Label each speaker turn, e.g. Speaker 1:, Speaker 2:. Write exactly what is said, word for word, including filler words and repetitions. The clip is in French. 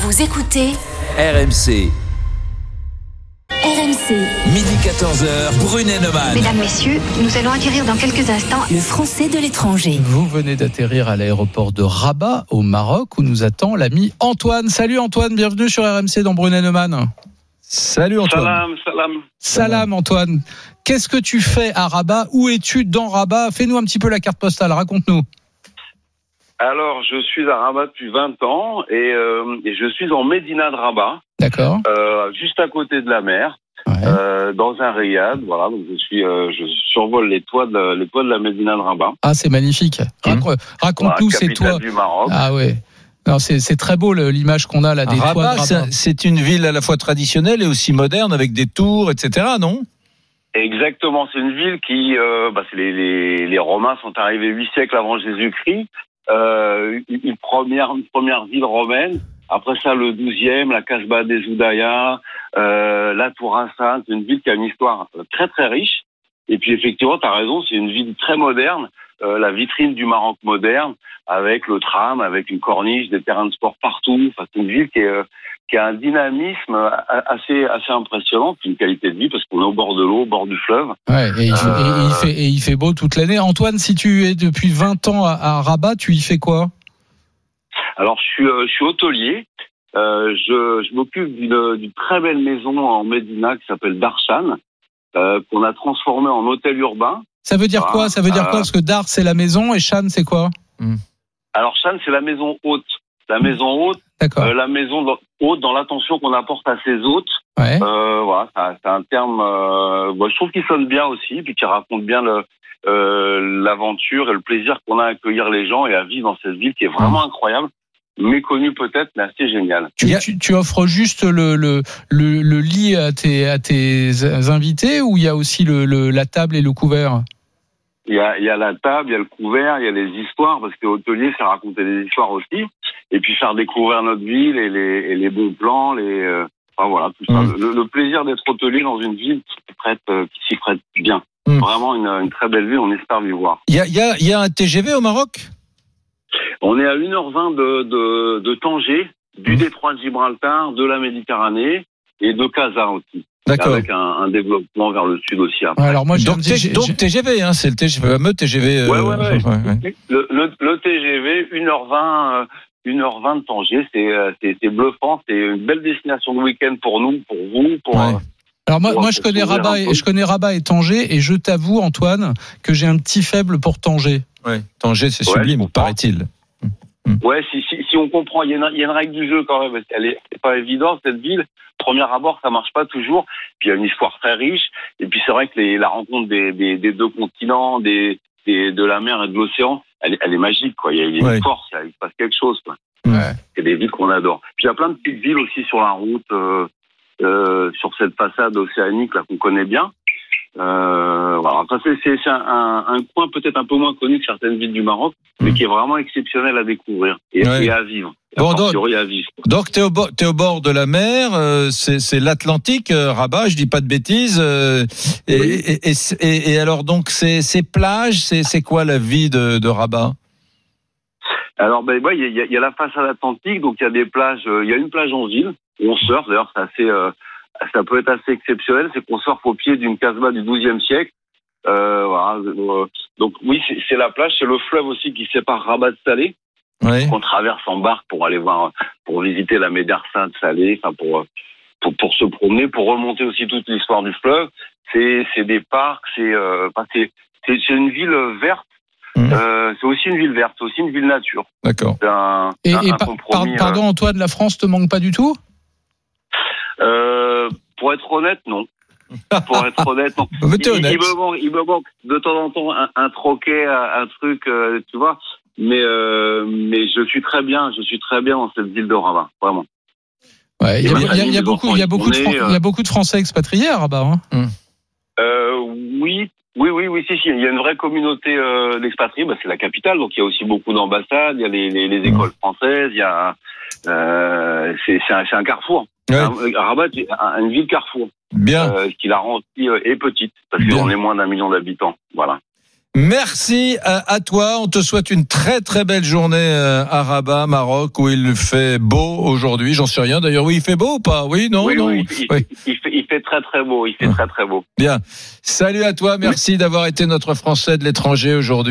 Speaker 1: Vous écoutez
Speaker 2: R M C.
Speaker 1: R M C.
Speaker 2: Midi quatorze heures, Brunet-Neumann.
Speaker 3: Mesdames, messieurs, nous allons acquérir dans quelques instants
Speaker 1: Le Français de l'étranger.
Speaker 4: Vous venez d'atterrir à l'aéroport de Rabat, au Maroc, où nous attend l'ami Antoine. Salut Antoine, bienvenue sur R M C dans Brunet-Neumann.
Speaker 5: Salut Antoine.
Speaker 6: Salam, salam.
Speaker 4: Salam Antoine. Qu'est-ce que tu fais à Rabat ? Où es-tu dans Rabat ? Fais-nous un petit peu la carte postale, raconte-nous.
Speaker 6: Alors, je suis à Rabat depuis vingt ans et, euh, et je suis en Médina de Rabat.
Speaker 4: D'accord.
Speaker 6: Euh, juste à côté de la mer,
Speaker 4: Ouais.
Speaker 6: euh, dans un riad. Voilà, donc je suis, euh, je survole les toits de la, les toits de la Médina de Rabat.
Speaker 4: Ah, c'est magnifique. Rac- Raconte-nous
Speaker 6: Voilà,
Speaker 4: ces
Speaker 6: capitale
Speaker 4: toits.
Speaker 6: du Maroc.
Speaker 4: Ah ouais. Non, c'est, c'est très beau le, l'image qu'on a là des toits de
Speaker 5: Rabat,
Speaker 4: Rabat.
Speaker 5: c'est, c'est une ville à la fois traditionnelle et aussi moderne avec des tours, et cetera, non ?
Speaker 6: Exactement, c'est une ville qui, euh, bah, c'est les, les, les Romains sont arrivés huit siècles avant Jésus-Christ. Euh, une, une première, une première ville romaine. Après ça, le douzième, la Casbah des Oudaya, euh, la Tour Hassan. C'est une ville qui a une histoire très très riche. Et puis effectivement, tu as raison, c'est une ville très moderne, euh, la vitrine du Maroc moderne, avec le tram, avec une corniche, des terrains de sport partout. Enfin, c'est une ville qui, est, euh, qui a un dynamisme assez assez impressionnant, puis une qualité de vie parce qu'on est au bord de l'eau, au bord du fleuve.
Speaker 4: Ouais, et il, fait,
Speaker 6: Euh,
Speaker 4: et, il fait, et il fait beau toute l'année. Antoine, si tu es depuis vingt ans à, à Rabat, tu y fais quoi ?
Speaker 6: Alors, je suis, euh, je suis hôtelier. Euh, je, je m'occupe d'une, d'une très belle maison en Médina qui s'appelle Darshan, euh, qu'on a transformée en hôtel urbain.
Speaker 4: Ça veut dire
Speaker 6: Ah,
Speaker 4: quoi ? Ça veut dire
Speaker 6: euh,
Speaker 4: quoi ? Parce que Dar, c'est la maison et Shan, c'est quoi ?
Speaker 6: Alors, Shan, c'est la maison haute. La maison haute,
Speaker 4: D'accord.
Speaker 6: euh, la maison dans- haute dans l'attention qu'on apporte à ses hôtes.
Speaker 4: Ouais.
Speaker 6: Euh, voilà, c'est, c'est un terme. Euh, bon, je trouve qu'il sonne bien aussi, puis qui raconte bien le, euh, l'aventure et le plaisir qu'on a à accueillir les gens et à vivre dans cette ville qui est vraiment incroyable. Méconnu peut-être, mais assez génial.
Speaker 4: Tu,
Speaker 5: Il y a-
Speaker 4: tu, tu offres juste le, le, le, le lit à tes, à tes invités ou il y a aussi le, le, la table et le couvert ?
Speaker 6: Il y a, il y a la table, il y a le couvert, il y a les histoires, parce que hôtelier, c'est raconter des histoires aussi, et puis faire découvrir notre ville et les, et les bons plans, les, euh, enfin voilà, tout ça.
Speaker 5: Mmh.
Speaker 6: Le, le plaisir d'être hôtelier dans une ville qui s'y prête, euh, qui s'y prête bien.
Speaker 5: Mmh.
Speaker 6: Vraiment une, une très belle ville, on espère y voir.
Speaker 5: Il y a, il y, a, il y a un T G V au Maroc ?
Speaker 6: On est à une heure vingt de, de, de Tanger, du
Speaker 5: Mmh.
Speaker 6: détroit de Gibraltar, de la Méditerranée, et de Casa aussi.
Speaker 5: D'accord.
Speaker 6: Avec un, un développement vers le sud aussi après.
Speaker 4: Ouais, alors moi, j'ai
Speaker 5: Donc,
Speaker 4: un-
Speaker 5: T-
Speaker 4: j'ai-
Speaker 5: donc
Speaker 4: j'ai-
Speaker 5: T G V, hein, c'est le T G V, fameux T G V. euh,
Speaker 6: Ouais, ouais, ouais.
Speaker 5: ouais.
Speaker 6: Le, le, le T G V, une heure vingt, euh, une heure vingt de Tanger, c'est, euh, c'est, c'est bluffant, c'est une belle destination de week-end pour nous, pour vous, pour.
Speaker 5: Ouais.
Speaker 6: euh,
Speaker 4: alors moi,
Speaker 6: pour-
Speaker 4: moi je
Speaker 6: pour
Speaker 4: connais
Speaker 6: s'ouvrir
Speaker 4: Rabat
Speaker 6: un
Speaker 4: et
Speaker 6: peu.
Speaker 4: je connais Rabat et Tanger et je t'avoue Antoine que j'ai un petit faible pour Tanger.
Speaker 5: Ouais. Tanger, c'est
Speaker 6: Ouais, je
Speaker 5: sublime,
Speaker 6: comprends.
Speaker 5: paraît-il.
Speaker 6: Ouais, si, si, si on comprend, il y, a une, il y a une règle du jeu quand même, parce qu'elle est, c'est pas évident cette ville. Premier abord, ça marche pas toujours. Puis il y a une histoire très riche. Et puis c'est vrai que les, la rencontre des, des, des deux continents, des, des, de la mer et de l'océan, elle, est- elle est magique, quoi. Il y a, il y a
Speaker 5: Ouais.
Speaker 6: une force, il se passe quelque chose, quoi.
Speaker 4: Ouais.
Speaker 6: C'est des villes qu'on adore. Puis il y a plein de petites villes aussi sur la route, euh, euh, sur cette façade océanique là qu'on connaît bien. Euh, voilà. Enfin, c'est, c'est, c'est un, un coin peut-être un peu moins connu que certaines villes du Maroc, mais
Speaker 5: Mm.
Speaker 6: qui est vraiment exceptionnel à découvrir et,
Speaker 5: Ouais.
Speaker 6: et à vivre.
Speaker 5: Bon,
Speaker 6: A
Speaker 5: donc-
Speaker 6: fortiori à vivre.
Speaker 5: Donc, t'es au, bo- t'es au bord de la mer, euh, c'est, c'est l'Atlantique, euh, Rabat, je dis pas de bêtises. euh, et,
Speaker 6: Oui.
Speaker 5: et, et, et, et alors, donc, c'est, ces plages, c'est, c'est quoi la vie de, de Rabat ?
Speaker 6: Alors, ben, ouais, il y a, il y a la façade atlantique, donc il y a des plages. euh, Il y a une plage en ville où on surfe. D'ailleurs, c'est assez, euh, ça peut être assez exceptionnel. C'est qu'on surfe au pied d'une casbah du douzième siècle. Euh, voilà. euh, Donc oui, c'est, c'est la plage, c'est le fleuve aussi qui sépare Rabat de Salé,
Speaker 5: Ouais.
Speaker 6: qu'on traverse en barque pour aller voir, pour visiter la médersa de Salé, enfin pour, pour pour se promener, pour remonter aussi toute l'histoire du fleuve. C'est c'est des parcs, c'est euh, enfin, c'est, c'est c'est une ville verte.
Speaker 5: Mmh.
Speaker 6: Euh, c'est aussi une ville verte, c'est aussi une ville nature.
Speaker 5: D'accord.
Speaker 6: C'est un,
Speaker 4: Et,
Speaker 6: un,
Speaker 4: et
Speaker 6: un
Speaker 4: par-
Speaker 6: compromis.
Speaker 4: par- pardon Antoine, la France te manque pas du tout ?
Speaker 6: Euh, pour être honnête, non. Pour être honnête, non.
Speaker 5: Mais t'es
Speaker 6: Il,
Speaker 5: honnête.
Speaker 6: il me manque, il me manque de temps en temps un, un troquet, un, un truc, euh, tu vois. Mais euh, mais je suis très bien, je suis très bien dans cette ville de Rabat, vraiment.
Speaker 4: Ouais, il y a,
Speaker 6: Et
Speaker 4: il y a- il y a
Speaker 6: les
Speaker 4: beaucoup,
Speaker 6: enfants,
Speaker 4: il y a
Speaker 6: ils
Speaker 4: beaucoup de,
Speaker 6: sont
Speaker 4: Fran-
Speaker 6: nés, euh,
Speaker 4: il y a beaucoup de Français expatriés à Rabat. Hein.
Speaker 6: Euh, oui, oui, oui, oui, si, si. Il y a une vraie communauté euh, d'expatriés. Bah, c'est la capitale, donc il y a aussi beaucoup d'ambassades. Il y a les, les, les écoles françaises. Il y a, euh, c'est, c'est, un, c'est un carrefour.
Speaker 5: Ouais.
Speaker 6: Un- Rabat, c'est un- une ville carrefour,
Speaker 5: Bien.
Speaker 6: euh, qui la rend aussi euh, est petite parce
Speaker 5: Bien.
Speaker 6: qu'on est moins d'un million d'habitants. Voilà.
Speaker 5: Merci à, à toi. On te souhaite une très très belle journée à Rabat, Maroc, où il fait beau aujourd'hui. J'en sais rien. D'ailleurs, oui, il fait beau ou pas? Oui, non,
Speaker 6: oui,
Speaker 5: non.
Speaker 6: Oui, il,
Speaker 5: oui.
Speaker 6: Il, fait, il fait très très beau. Il fait très très beau.
Speaker 5: Bien. Salut à toi. Merci d'avoir été notre Français de l'étranger aujourd'hui.